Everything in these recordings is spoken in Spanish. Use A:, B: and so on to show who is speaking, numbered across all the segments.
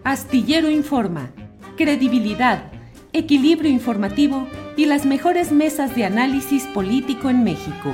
A: Astillero Informa, credibilidad, equilibrio informativo y las mejores mesas de análisis político en México.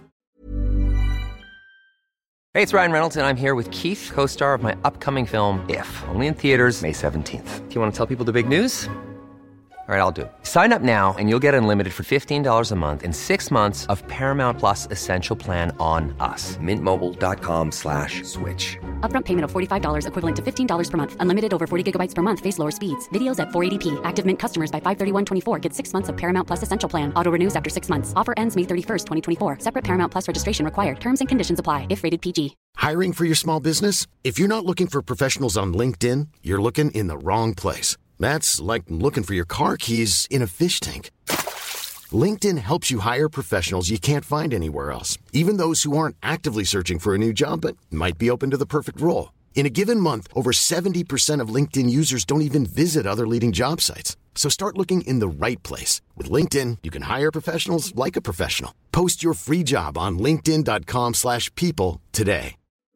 B: Hey, it's Ryan Reynolds, and I'm here with Keith, co-star of my upcoming film, If, only in theaters May 17th. Do you want to tell people the big news? All right, I'll do it. Sign up now and you'll get unlimited for $15 a month and 6 months of Paramount Plus Essential Plan on us. MintMobile.com/switch.
C: Upfront payment of $45 equivalent to $15 per month. Unlimited over 40 gigabytes per month. Face lower speeds. Videos at 480p. Active Mint customers by 531.24 get 6 months of Paramount Plus Essential Plan. Auto renews after 6 months. Offer ends May 31st, 2024. Separate Paramount Plus registration required. Terms and conditions apply if rated PG.
D: Hiring for your small business? If you're not looking for professionals on LinkedIn, you're looking in the wrong place. That's like looking for your car keys in a fish tank. LinkedIn helps you hire professionals you can't find anywhere else, even those who aren't actively searching for a new job but might be open to the perfect role. In a given month, over 70% of LinkedIn users don't even visit other leading job sites. So start looking in the right place. With LinkedIn, you can hire professionals like a professional. Post your free job on linkedin.com/people today.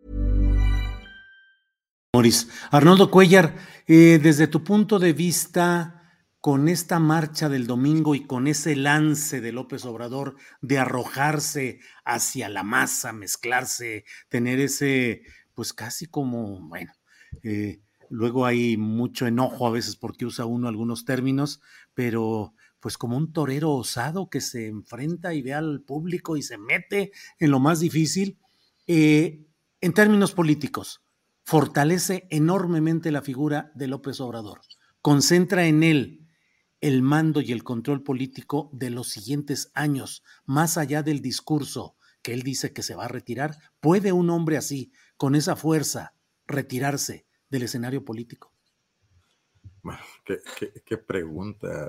E: Morris. Arnoldo Cuellar, desde tu punto de vista, con esta marcha del domingo y con ese lance de López Obrador de arrojarse hacia la masa, mezclarse, tener ese, pues casi como, bueno, luego hay mucho enojo a veces porque usa uno algunos términos, pero pues como un torero osado que se enfrenta y ve al público y se mete en lo más difícil, en términos políticos. Fortalece enormemente la figura de López Obrador, concentra en él el mando y el control político de los siguientes años, más allá del discurso que él dice que se va a retirar. ¿Puede un hombre así, con esa fuerza, retirarse del escenario político?
F: Bueno, qué pregunta.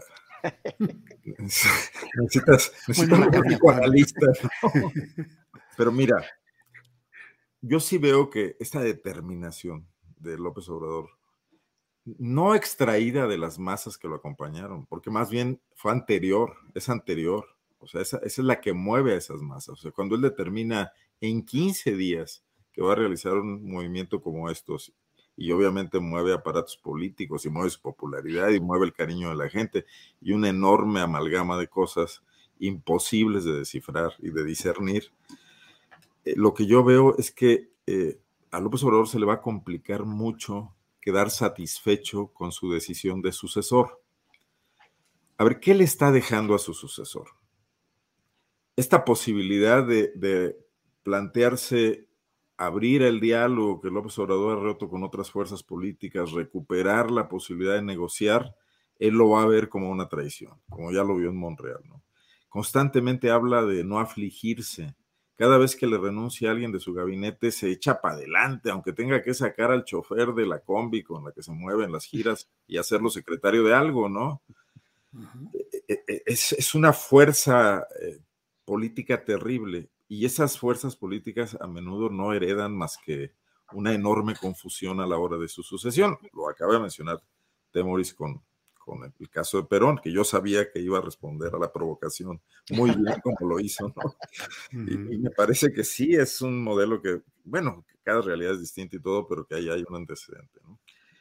F: Necesitas un político analista, ¿no? Pero mira, yo sí veo que esta determinación de López Obrador, no extraída de las masas que lo acompañaron, porque más bien fue anterior, es anterior, o sea, esa es la que mueve a esas masas. O sea, cuando él determina en 15 días que va a realizar un movimiento como estos, y obviamente mueve aparatos políticos, y mueve su popularidad, y mueve el cariño de la gente, y una enorme amalgama de cosas imposibles de descifrar y de discernir, lo que yo veo es que a López Obrador se le va a complicar mucho quedar satisfecho con su decisión de sucesor. A ver, ¿qué le está dejando a su sucesor? Esta posibilidad de plantearse abrir el diálogo que López Obrador ha roto con otras fuerzas políticas, recuperar la posibilidad de negociar, él lo va a ver como una traición, como ya lo vio en Monreal, ¿no? Constantemente habla de no afligirse. Cada vez que le renuncia a alguien de su gabinete, se echa para adelante, aunque tenga que sacar al chofer de la combi con la que se mueve en las giras y hacerlo secretario de algo, ¿no? Uh-huh. Es una fuerza política terrible, y esas fuerzas políticas a menudo no heredan más que una enorme confusión a la hora de su sucesión. Lo acaba de mencionar Temoris con el caso de Perón, que yo sabía que iba a responder a la provocación muy bien como lo hizo, ¿no? Y me parece que sí es un modelo que, bueno, que cada realidad es distinta y todo, pero que ahí hay un antecedente, ¿no?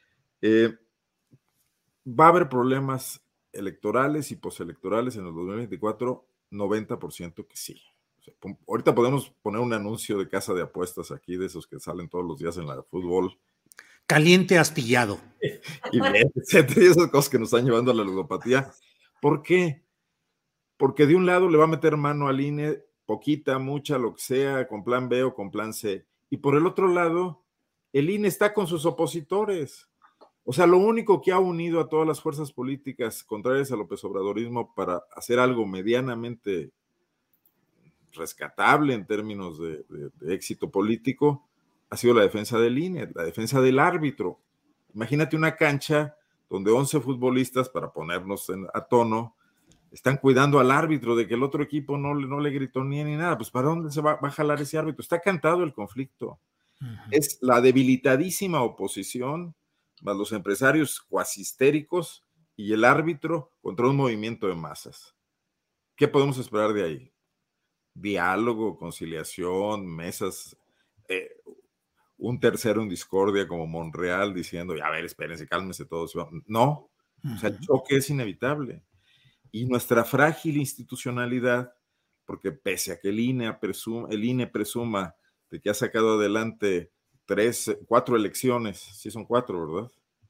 F: Va a haber problemas electorales y postelectorales en el 2024, 90% que sí. O sea, ahorita podemos poner un anuncio de casa de apuestas aquí, de esos que salen todos los días en la fútbol.
E: Caliente astillado.
F: Y esas cosas que nos están llevando a la ludopatía. ¿Por qué? Porque de un lado le va a meter mano al INE, poquita, mucha, lo que sea, con plan B o con plan C. Y por el otro lado, el INE está con sus opositores. O sea, lo único que ha unido a todas las fuerzas políticas contrarias al López Obradorismo para hacer algo medianamente rescatable en términos de éxito político ha sido la defensa del INE, la defensa del árbitro. Imagínate una cancha donde 11 futbolistas, para ponernos a tono, están cuidando al árbitro de que el otro equipo no le gritó ni nada. Pues ¿para dónde se va a jalar ese árbitro? Está cantado el conflicto. Es la debilitadísima oposición, más los empresarios cuasi histéricos y el árbitro contra un movimiento de masas. ¿Qué podemos esperar de ahí? Diálogo, conciliación, mesas, un tercero en discordia como Monreal diciendo, a ver, espérense, cálmense todos. No, o sea, el choque es inevitable. Y nuestra frágil institucionalidad, porque pese a que el INE presuma de que ha sacado adelante 4 elecciones, sí son 4, ¿verdad?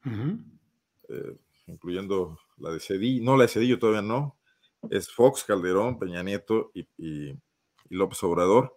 F: Incluyendo la de Cedillo, no, la de Cedillo todavía no, es Fox, Calderón, Peña Nieto y López Obrador.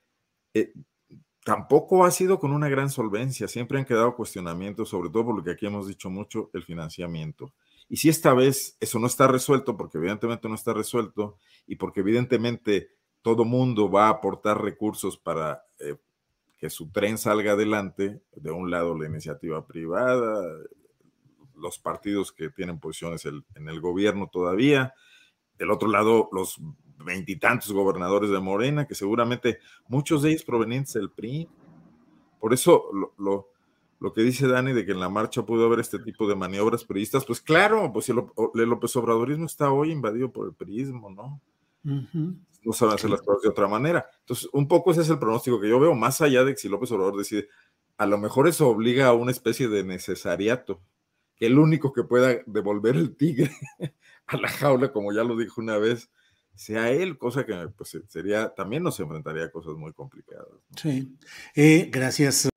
F: Tampoco ha sido con una gran solvencia, siempre han quedado cuestionamientos, sobre todo por lo que aquí hemos dicho mucho, el financiamiento. Y si esta vez eso no está resuelto, porque evidentemente no está resuelto, y porque evidentemente todo mundo va a aportar recursos para que su tren salga adelante, de un lado la iniciativa privada, los partidos que tienen posiciones en el gobierno todavía, del otro lado los 20 y tantos gobernadores de Morena, que seguramente muchos de ellos provenientes del PRI. Por eso lo que dice Dani de que en la marcha pudo haber este tipo de maniobras priistas, pues claro, pues el López Obradorismo está hoy invadido por el priismo, ¿no? No saben hacer las cosas de otra manera. Entonces, un poco ese es el pronóstico que yo veo, más allá de que si López Obrador decide, a lo mejor eso obliga a una especie de necesariato, que el único que pueda devolver el tigre a la jaula, como ya lo dijo una vez, sea él, cosa que pues también nos enfrentaría a cosas muy complicadas, ¿no?
E: Sí. Gracias.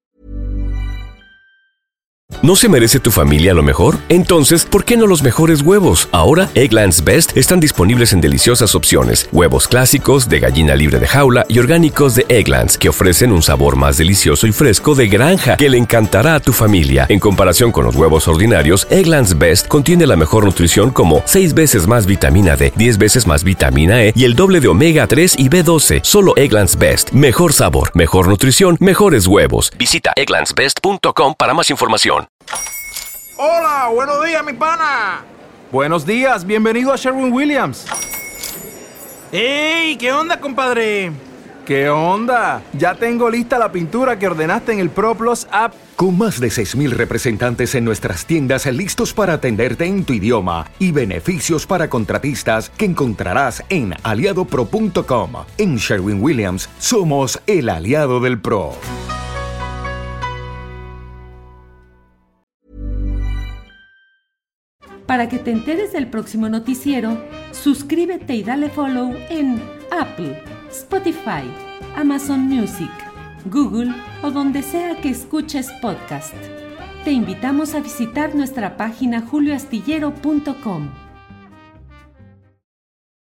G: ¿No se merece tu familia lo mejor? Entonces, ¿por qué no los mejores huevos? Ahora, Eggland's Best están disponibles en deliciosas opciones. Huevos clásicos, de gallina libre de jaula y orgánicos de Eggland's, que ofrecen un sabor más delicioso y fresco de granja que le encantará a tu familia. En comparación con los huevos ordinarios, Eggland's Best contiene la mejor nutrición como 6 veces más vitamina D, 10 veces más vitamina E y el doble de omega 3 y B12. Solo Eggland's Best. Mejor sabor, mejor nutrición, mejores huevos. Visita egglandsbest.com para más información.
H: Hola, buenos días, mi pana.
I: Buenos días, bienvenido a Sherwin-Williams.
H: ¡Ey! ¿Qué onda, compadre?
I: ¿Qué onda? Ya tengo lista la pintura que ordenaste en el ProPlus app.
J: Con más de 6,000 representantes en nuestras tiendas listos para atenderte en tu idioma y beneficios para contratistas que encontrarás en aliadopro.com. En Sherwin-Williams somos el aliado del pro.
A: Para que te enteres del próximo noticiero, suscríbete y dale follow en Apple, Spotify, Amazon Music, Google o donde sea que escuches podcast. Te invitamos a visitar nuestra página julioastillero.com.